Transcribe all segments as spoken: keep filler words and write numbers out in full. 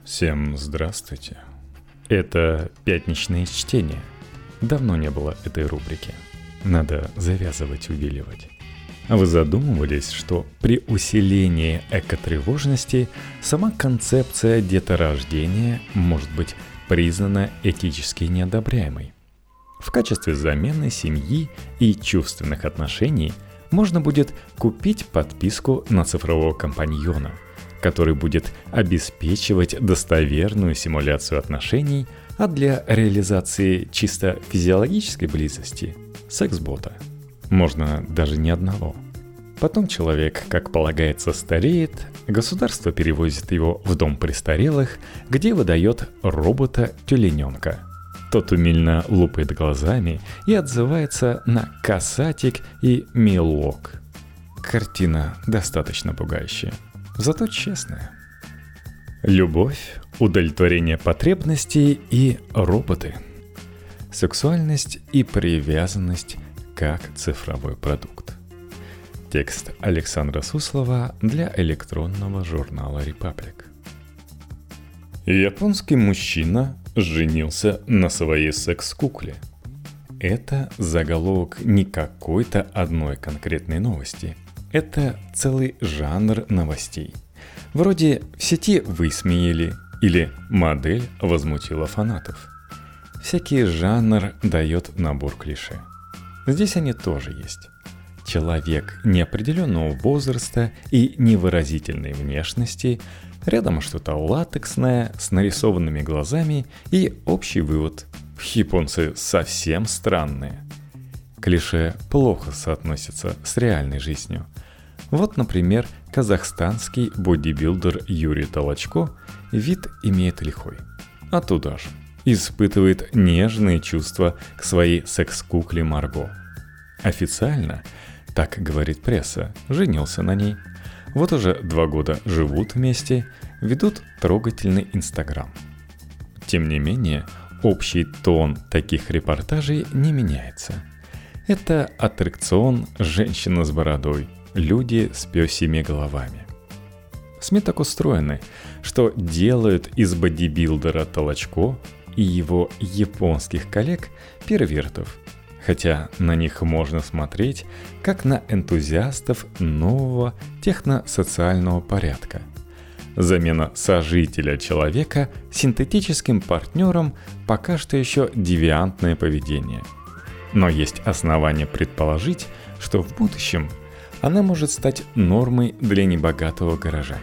Всем здравствуйте. Это пятничное чтение. Давно не было этой рубрики. Надо завязывать увиливать. А вы задумывались, что при усилении экотревожности сама концепция деторождения может быть признана этически неодобряемой? В качестве замены семьи и чувственных отношений можно будет купить подписку на цифрового компаньона, который будет обеспечивать достоверную симуляцию отношений, а для реализации чисто физиологической близости – секс-бота. Можно даже не одного. Потом человек, как полагается, стареет, государство перевозит его в дом престарелых, где выдает робота-тюлененка. Тот умильно лупает глазами и отзывается на «касатик» и «милок». Картина достаточно пугающая. Зато честная. Любовь, удовлетворение потребностей и роботы. Сексуальность и привязанность как цифровой продукт. Текст Александра Суслова для электронного журнала «Репаблик». Японский мужчина женился на своей секс-кукле. Это заголовок не какой-то одной конкретной новости. Это целый жанр новостей. Вроде «в сети высмеяли» или «модель возмутила фанатов». Всякий жанр дает набор клише. Здесь они тоже есть. Человек неопределенного возраста и невыразительной внешности, рядом что-то латексное с нарисованными глазами и общий вывод – японцы совсем странные. Клише плохо соотносятся с реальной жизнью. Вот, например, казахстанский бодибилдер Юрий Толочко вид имеет лихой. А туда же испытывает нежные чувства к своей секс-кукле Марго. Официально, так говорит пресса, женился на ней. Вот уже два года живут вместе, ведут трогательный Инстаграм. Тем не менее, общий тон таких репортажей не меняется. Это аттракцион «Женщина с бородой», люди с пёсьими головами. СМИ так устроены, что делают из бодибилдера Толочко и его японских коллег первертов, хотя на них можно смотреть как на энтузиастов нового техносоциального порядка. Замена сожителя человека синтетическим партнером пока что еще девиантное поведение. Но есть основания предположить, что в будущем она может стать нормой для небогатого горожанина.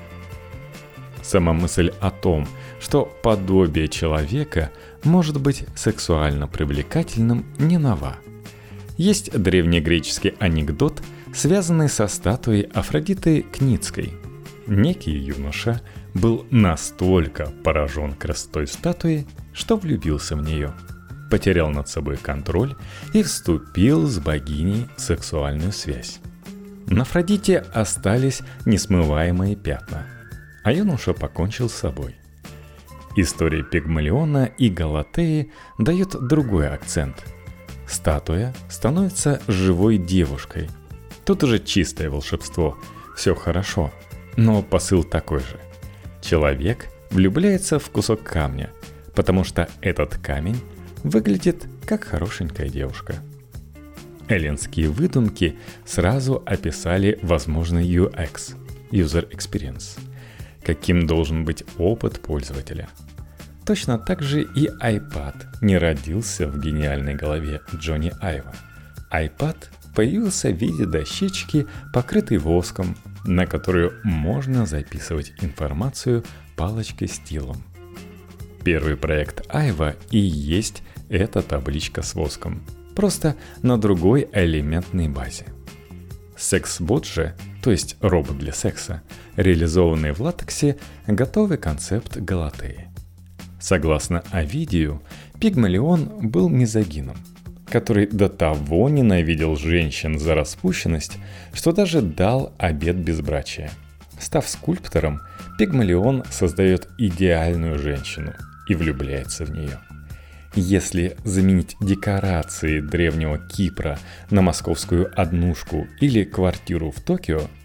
Сама мысль о том, что подобие человека может быть сексуально привлекательным, не нова. Есть древнегреческий анекдот, связанный со статуей Афродиты Кницкой. Некий юноша был настолько поражен красотой статуи, что влюбился в нее, потерял над собой контроль и вступил с богиней в сексуальную связь. На Афродите остались несмываемые пятна, а юноша покончил с собой. История Пигмалиона и Галатеи дает другой акцент. Статуя становится живой девушкой. Тут уже чистое волшебство, все хорошо, но посыл такой же. Человек влюбляется в кусок камня, потому что этот камень выглядит как хорошенькая девушка. Эллинские выдумки сразу описали возможный ю экс – User Experience. Каким должен быть опыт пользователя. Точно так же и iPad не родился в гениальной голове Джонни Айва. iPad появился в виде дощечки, покрытой воском, на которую можно записывать информацию палочкой-стилом. Первый проект Айва и есть эта табличка с воском, просто на другой элементной базе. Секс-бот же, то есть робот для секса, реализованный в латексе, готовый концепт Галатеи. Согласно Овидию, Пигмалион был мизогином, который до того ненавидел женщин за распущенность, что даже дал обет безбрачия. Став скульптором, Пигмалион создает идеальную женщину и влюбляется в нее. Если заменить декорации древнего Кипра на московскую однушку или квартиру в Токио,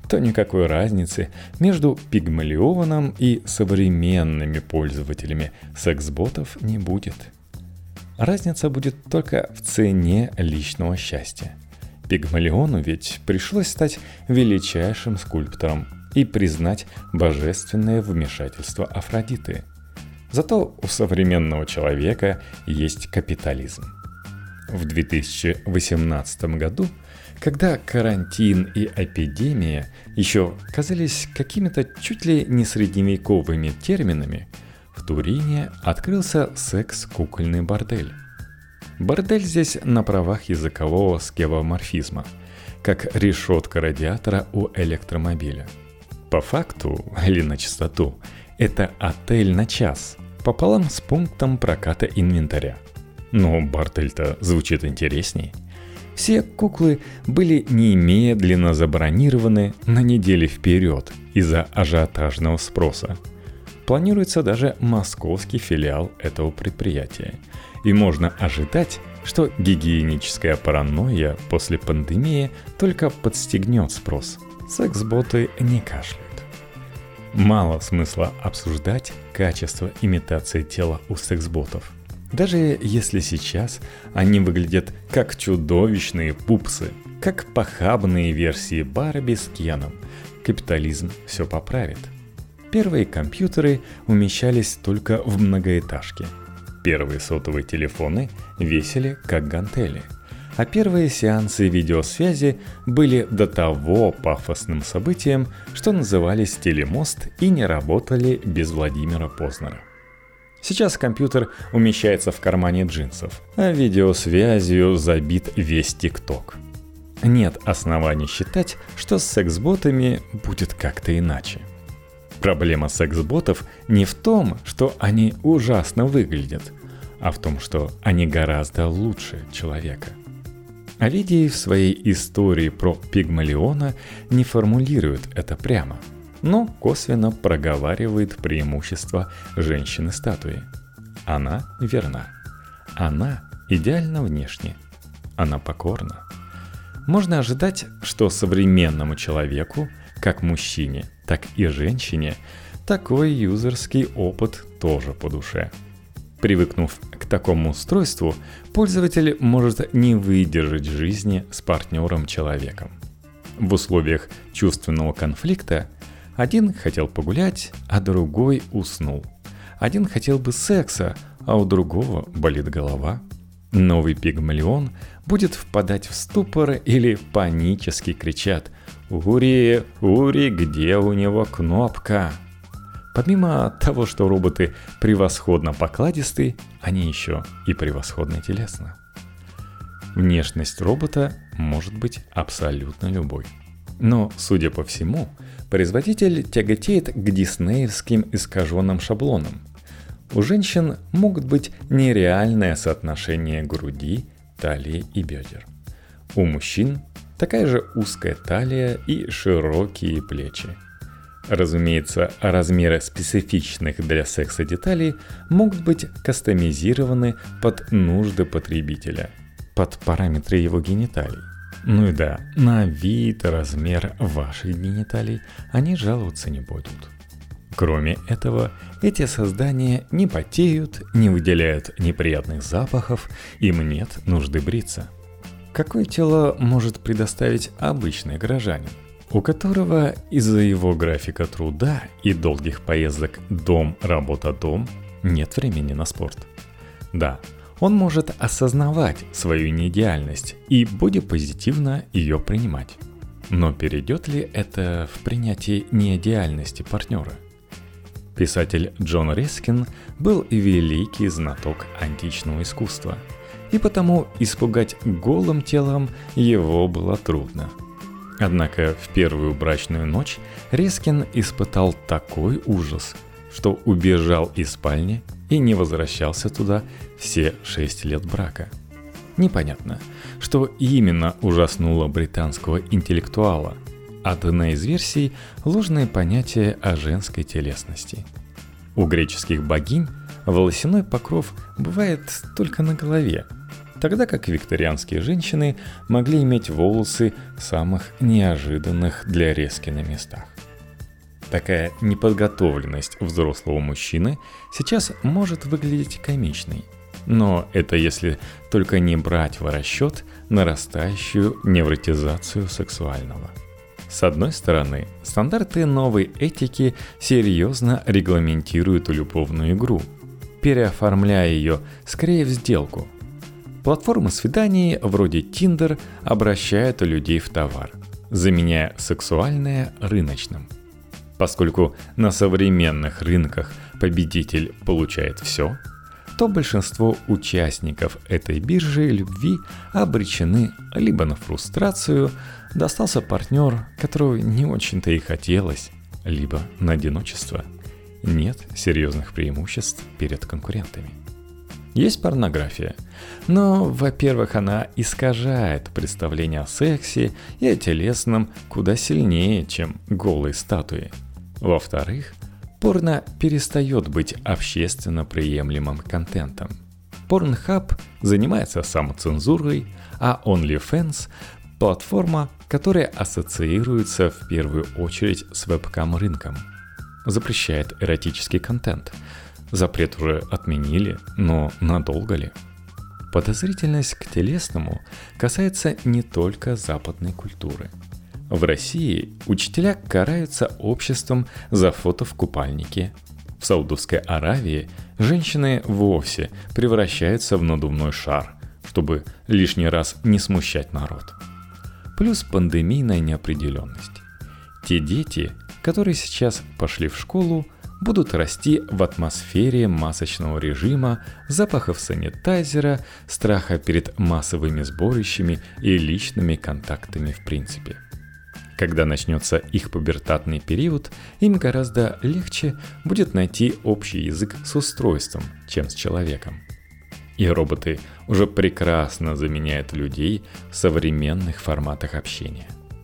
то никакой разницы между Пигмалионом и современными пользователями секс-ботов не будет. Разница будет только в цене личного счастья. Пигмалиону ведь пришлось стать величайшим скульптором и признать божественное вмешательство Афродиты. Зато у современного человека есть капитализм. В две тысячи восемнадцатом году, когда карантин и эпидемия еще казались какими-то чуть ли не средневековыми терминами, в Турине открылся секс-кукольный бордель. Бордель здесь на правах языкового скевоморфизма, как решетка радиатора у электромобиля. По факту или на чистоту, это отель на час, пополам с пунктом проката инвентаря. Но бордель-то звучит интересней. Все куклы были немедленно забронированы на недели вперед из-за ажиотажного спроса. Планируется даже московский филиал этого предприятия. И можно ожидать, что гигиеническая паранойя после пандемии только подстегнет спрос. Секс-боты не кашляют. Мало смысла обсуждать качество имитации тела у секс-ботов. Даже если сейчас они выглядят как чудовищные пупсы, как похабные версии Барби с Кеном, капитализм все поправит. Первые компьютеры умещались только в многоэтажке. Первые сотовые телефоны весили как гантели. А первые сеансы видеосвязи были до того пафосным событием, что назывались телемост и не работали без Владимира Познера. Сейчас компьютер умещается в кармане джинсов, а видеосвязью забит весь ТикТок. Нет оснований считать, что с секс-ботами будет как-то иначе. Проблема секс-ботов не в том, что они ужасно выглядят, а в том, что они гораздо лучше человека. Овидий в своей истории про Пигмалиона не формулирует это прямо, но косвенно проговаривает преимущество женщины-статуи. Она верна. Она идеально внешне. Она покорна. Можно ожидать, что современному человеку, как мужчине, так и женщине, такой юзерский опыт тоже по душе. Привыкнув к такому устройству, пользователь может не выдержать жизни с партнером-человеком. В условиях чувственного конфликта один хотел погулять, а другой уснул. Один хотел бы секса, а у другого болит голова. Новый Пигмалион будет впадать в ступор или панически кричать: «Ури, Ури, где у него кнопка?» Помимо того, что роботы превосходно покладисты, они еще и превосходно телесны. Внешность робота может быть абсолютно любой. Но, судя по всему, производитель тяготеет к диснеевским искаженным шаблонам. У женщин могут быть нереальное соотношение груди, талии и бедер. У мужчин такая же узкая талия и широкие плечи. Разумеется, размеры специфичных для секса деталей могут быть кастомизированы под нужды потребителя, под параметры его гениталий. Ну и да, на вид и размер ваших гениталий они жаловаться не будут. Кроме этого, эти создания не потеют, не выделяют неприятных запахов, им нет нужды бриться. Какое тело может предоставить обычный горожанин, у которого из-за его графика труда и долгих поездок дом-работа-дом нет времени на спорт? Да, он может осознавать свою неидеальность и бодипозитивно ее принимать. Но перейдет ли это в принятие неидеальности партнера? Писатель Джон Рискин был великий знаток античного искусства, и потому испугать голым телом его было трудно. Однако в первую брачную ночь Рискин испытал такой ужас, что убежал из спальни и не возвращался туда все шесть лет брака. Непонятно, что именно ужаснуло британского интеллектуала. Одна из версий – ложное понятие о женской телесности. У греческих богинь волосяной покров бывает только на голове. тогда как викторианские женщины могли иметь волосы в самых неожиданных для резки на местах. Такая неподготовленность взрослого мужчины сейчас может выглядеть комичной, но это если только не брать в расчет нарастающую невротизацию сексуального. С одной стороны, стандарты новой этики серьезно регламентируют любовную игру, переоформляя ее скорее в сделку. Платформы свиданий вроде Tinder обращают людей в товар, заменяя сексуальное рыночным. Поскольку на современных рынках победитель получает все, то большинство участников этой биржи любви обречены либо на фрустрацию, достался партнер, которого не очень-то и хотелось, либо на одиночество. Нет серьезных преимуществ перед конкурентами. Есть порнография, но, во-первых, она искажает представление о сексе и о телесном куда сильнее, чем голые статуи. Во-вторых, порно перестает быть общественно приемлемым контентом. Pornhub занимается самоцензурой, а OnlyFans – платформа, которая ассоциируется в первую очередь с вебкам-рынком. Запрещает эротический контент. Запрет уже отменили, но надолго ли? Подозрительность к телесному касается не только западной культуры. В России учителя караются обществом за фото в купальнике. В Саудовской Аравии женщины вовсе превращаются в надувной шар, чтобы лишний раз не смущать народ. Плюс пандемийная неопределенность. Те дети, которые сейчас пошли в школу, будут расти в атмосфере масочного режима, запахов санитайзера, страха перед массовыми сборищами и личными контактами в принципе. Когда начнется их пубертатный период, им гораздо легче будет найти общий язык с устройством, чем с человеком. И роботы уже прекрасно заменяют людей в современных форматах общения.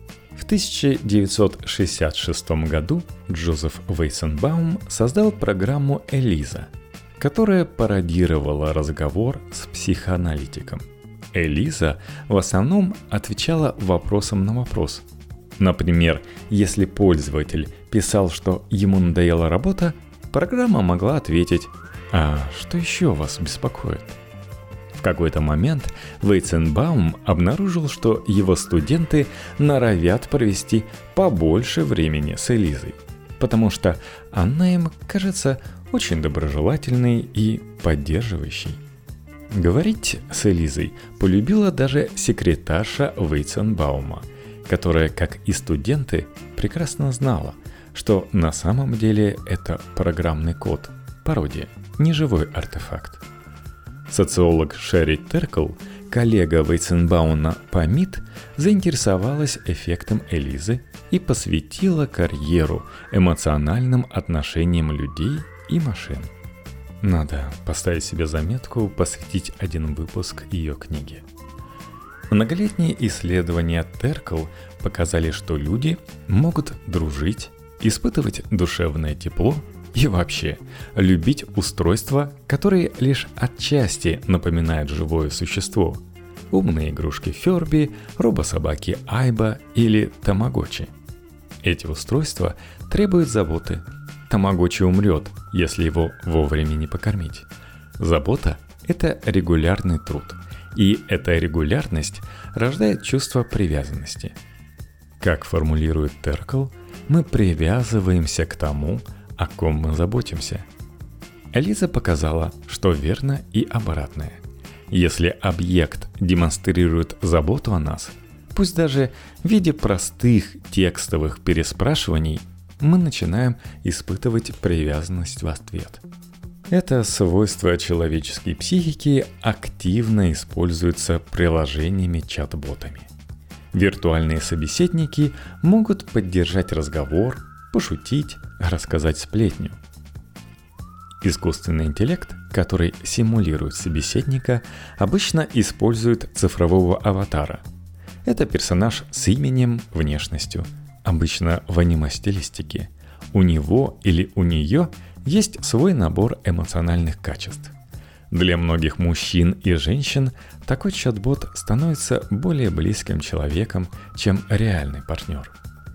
В тысяча девятьсот шестьдесят шестом году Джозеф Вейценбаум создал программу «Элиза», которая пародировала разговор с психоаналитиком. Элиза в основном отвечала вопросом на вопрос. Например, если пользователь писал, что ему надоела работа, программа могла ответить: «А что еще вас беспокоит?» В какой-то момент Вейценбаум обнаружил, что его студенты норовят провести побольше времени с Элизой, потому что она им кажется очень доброжелательной и поддерживающей. Говорить с Элизой полюбила даже секретарша Вейценбаума, которая, как и студенты, прекрасно знала, что на самом деле это программный код, пародия, не живой артефакт. Социолог Шерри Теркл, коллега Вейценбаума по МИТ, заинтересовалась эффектом Элизы и посвятила карьеру эмоциональным отношениям людей и машин. Надо поставить себе заметку посвятить один выпуск ее книги. Многолетние исследования Теркл показали, что люди могут дружить, испытывать душевное тепло и вообще любить устройства, которые лишь отчасти напоминают живое существо. Умные игрушки Фёрби, робособаки Айба или Тамагочи. Эти устройства требуют заботы. Тамагочи умрет, если его вовремя не покормить. Забота – это регулярный труд. И эта регулярность рождает чувство привязанности. Как формулирует Теркл, мы привязываемся к тому, о ком мы заботимся. Элиза показала, что верно и обратное. Если объект демонстрирует заботу о нас, пусть даже в виде простых текстовых переспрашиваний, мы начинаем испытывать привязанность в ответ. Это свойство человеческой психики активно используется приложениями чат-ботами. Виртуальные собеседники могут поддержать разговор, пошутить, рассказать сплетню. Искусственный интеллект, который симулирует собеседника, обычно использует цифрового аватара. Это персонаж с именем, внешностью, обычно в аниме-стилистике. У него или у нее есть свой набор эмоциональных качеств. Для многих мужчин и женщин такой чат-бот становится более близким человеком, чем реальный партнер.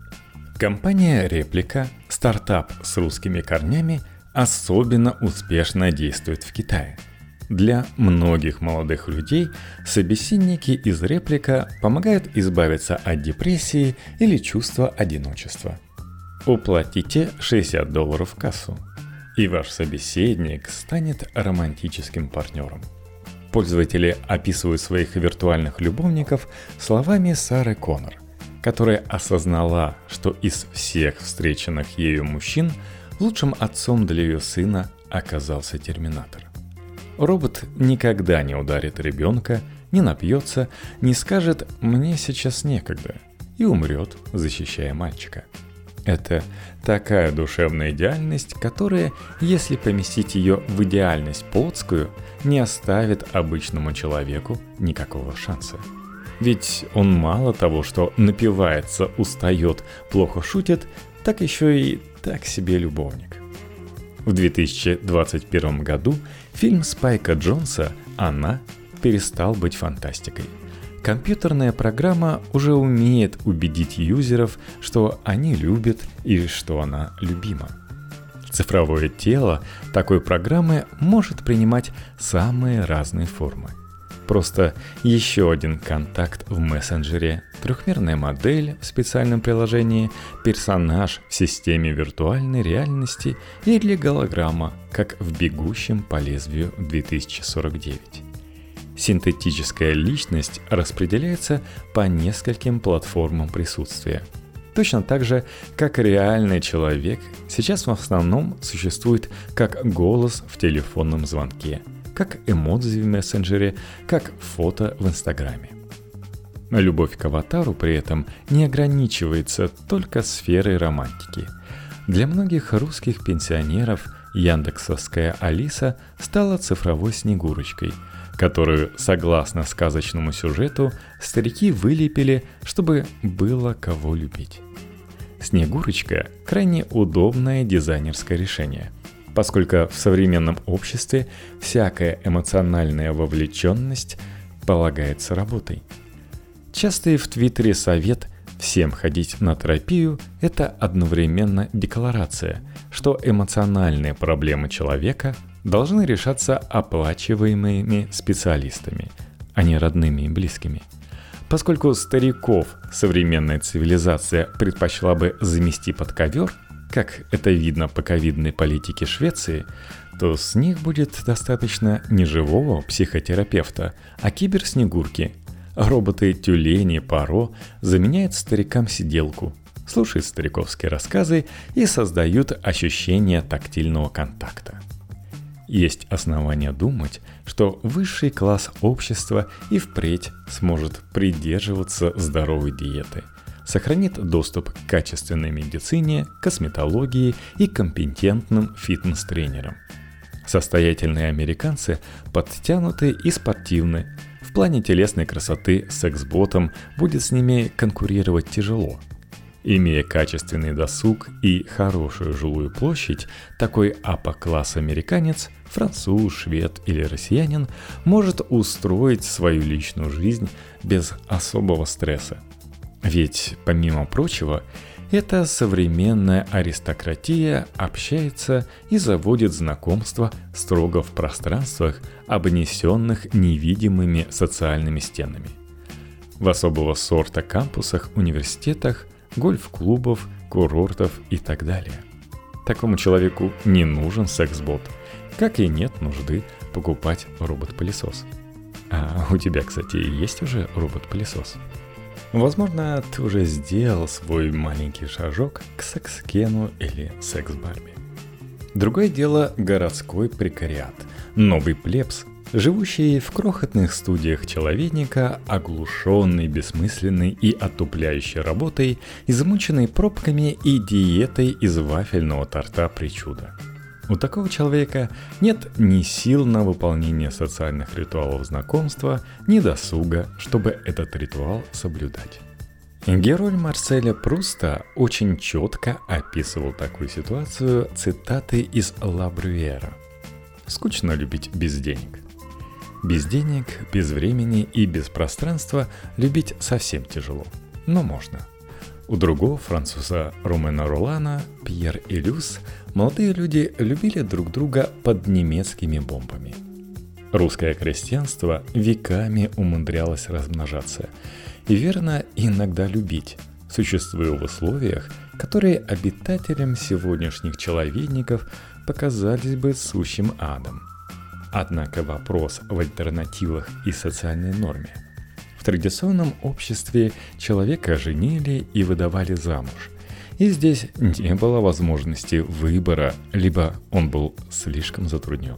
Компания Реплика, стартап с русскими корнями, особенно успешно действует в Китае. Для многих молодых людей собеседники из Реплика помогают избавиться от депрессии или чувства одиночества. Уплатите шестьдесят долларов в кассу, и ваш собеседник станет романтическим партнером. Пользователи описывают своих виртуальных любовников словами Сары Коннор, которая осознала, что из всех встреченных ею мужчин лучшим отцом для ее сына оказался Терминатор. Робот никогда не ударит ребенка, не напьется, не скажет «мне сейчас некогда» и умрет, защищая мальчика. Это такая душевная идеальность, которая, если поместить ее в идеальность плотскую, не оставит обычному человеку никакого шанса. Ведь он мало того, что напивается, устает, плохо шутит, так еще и так себе любовник. В две тысячи двадцать первом году фильм Спайка Джонса «Она» перестал быть фантастикой. Компьютерная программа уже умеет убедить юзеров, что они любят и что она любима. Цифровое тело такой программы может принимать самые разные формы. Просто еще один контакт в мессенджере, трехмерная модель в специальном приложении, персонаж в системе виртуальной реальности или голограмма, как в «Бегущем по лезвию две тысячи сорок девять». Синтетическая личность распределяется по нескольким платформам присутствия. Точно так же, как реальный человек сейчас в основном существует как голос в телефонном звонке, как эмодзи в мессенджере, как фото в Инстаграме. Любовь к аватару при этом не ограничивается только сферой романтики. Для многих русских пенсионеров яндексовская Алиса стала цифровой Снегурочкой, которую, согласно сказочному сюжету, старики вылепили, чтобы было кого любить. Снегурочка – крайне удобное дизайнерское решение, поскольку в современном обществе всякая эмоциональная вовлеченность полагается работой. Частый в Твиттере совет всем ходить на терапию – это одновременно декларация, что эмоциональные проблемы человека должны решаться оплачиваемыми специалистами, а не родными и близкими. Поскольку стариков современная цивилизация предпочла бы замести под ковер, как это видно по ковидной политике Швеции, то с них будет достаточно не живого психотерапевта, а киберснегурки. Роботы-тюлени Паро заменяют старикам сиделку, слушают стариковские рассказы и создают ощущение тактильного контакта. Есть основания думать, что высший класс общества и впредь сможет придерживаться здоровой диеты, сохранит доступ к качественной медицине, косметологии и компетентным фитнес-тренерам. Состоятельные американцы подтянуты и спортивны. В плане телесной красоты секс-ботом будет с ними конкурировать тяжело. Имея качественный досуг и хорошую жилую площадь, такой апа-класс американец, француз, швед или россиянин может устроить свою личную жизнь без особого стресса. Ведь, помимо прочего, эта современная аристократия общается и заводит знакомства строго в пространствах, обнесенных невидимыми социальными стенами. В особого сорта кампусах, университетах, гольф-клубов, курортов и так далее. Такому человеку не нужен секс-бот, как и нет нужды покупать робот-пылесос. А у тебя, кстати, есть уже робот-пылесос? Возможно, ты уже сделал свой маленький шажок к секс-кену или секс-барби. Другое дело городской прекариат, новый плебс, живущий в крохотных студиях человека, оглушенный бессмысленной и отупляющей работой, измученный пробками и диетой из вафельного торта причуда. У такого человека нет ни сил на выполнение социальных ритуалов знакомства, ни досуга, чтобы этот ритуал соблюдать. Герой Марселя Пруста очень четко описывал такую ситуацию цитатой из Ла Брюера. «Скучно любить без денег. Без денег, без времени и без пространства любить совсем тяжело, но можно. У другого француза Ромена Ролана, Пьер и Люс, молодые люди любили друг друга под немецкими бомбами. Русское крестьянство веками умудрялось размножаться и верно иногда любить, существуя в условиях, которые обитателям сегодняшних человейников показались бы сущим адом. Однако вопрос в альтернативах и социальной норме. В традиционном обществе человека женили и выдавали замуж, и здесь не было возможности выбора, либо он был слишком затруднен.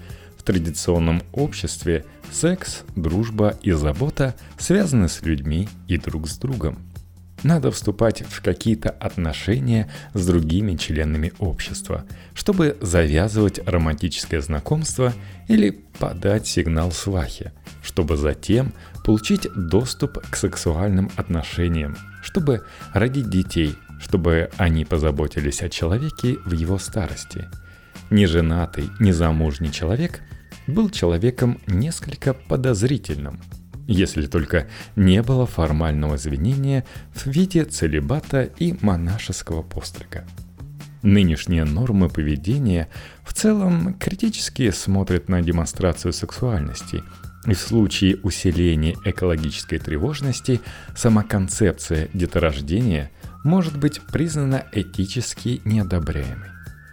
В традиционном обществе секс, дружба и забота связаны с людьми и друг с другом. Надо вступать в какие-то отношения с другими членами общества, чтобы завязывать романтическое знакомство или подать сигнал свахе, чтобы затем получить доступ к сексуальным отношениям, чтобы родить детей, чтобы они позаботились о человеке в его старости. Неженатый, незамужний человек был человеком несколько подозрительным, если только не было формального извинения в виде целибата и монашеского пострига. Нынешние нормы поведения в целом критически смотрят на демонстрацию сексуальности, и в случае усиления экологической тревожности сама концепция деторождения может быть признана этически неодобряемой.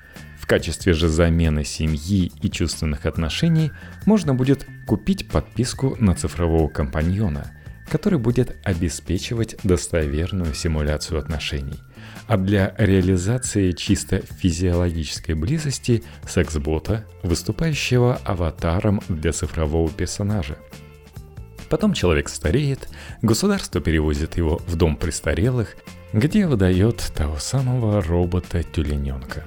В качестве же замены семьи и чувственных отношений можно будет купить подписку на цифрового компаньона, который будет обеспечивать достоверную симуляцию отношений, а для реализации чисто физиологической близости секс-бота, выступающего аватаром для цифрового персонажа. Потом человек стареет, государство перевозит его в дом престарелых, где выдает того самого робота-тюлененка.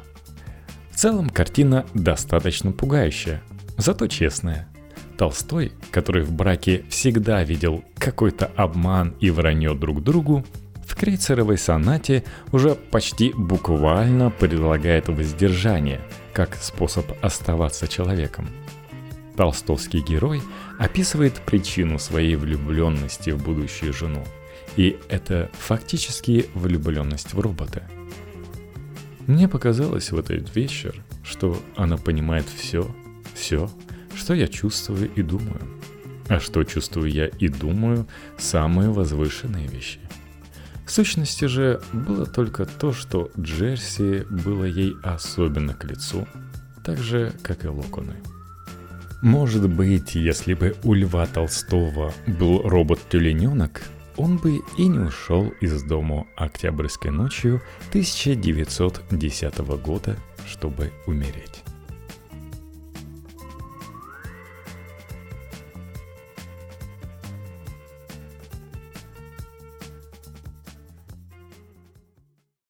В целом картина достаточно пугающая, зато честная. Толстой, который в браке всегда видел какой-то обман и вранье друг другу, в крейцеровой сонате уже почти буквально предлагает воздержание как способ оставаться человеком. Толстовский герой описывает причину своей влюбленности в будущую жену, и это фактически влюбленность в робота. Мне показалось в этот вечер, что она понимает все, все, что я чувствую и думаю. А что чувствую я и думаю – самые возвышенные вещи. В сущности же было только то, что Джерси было ей особенно к лицу, так же, как и локоны. Может быть, если бы у Льва Толстого был робот-тюлененок, он бы и не ушел из дома октябрьской ночью тысяча девятьсот десятого года, чтобы умереть.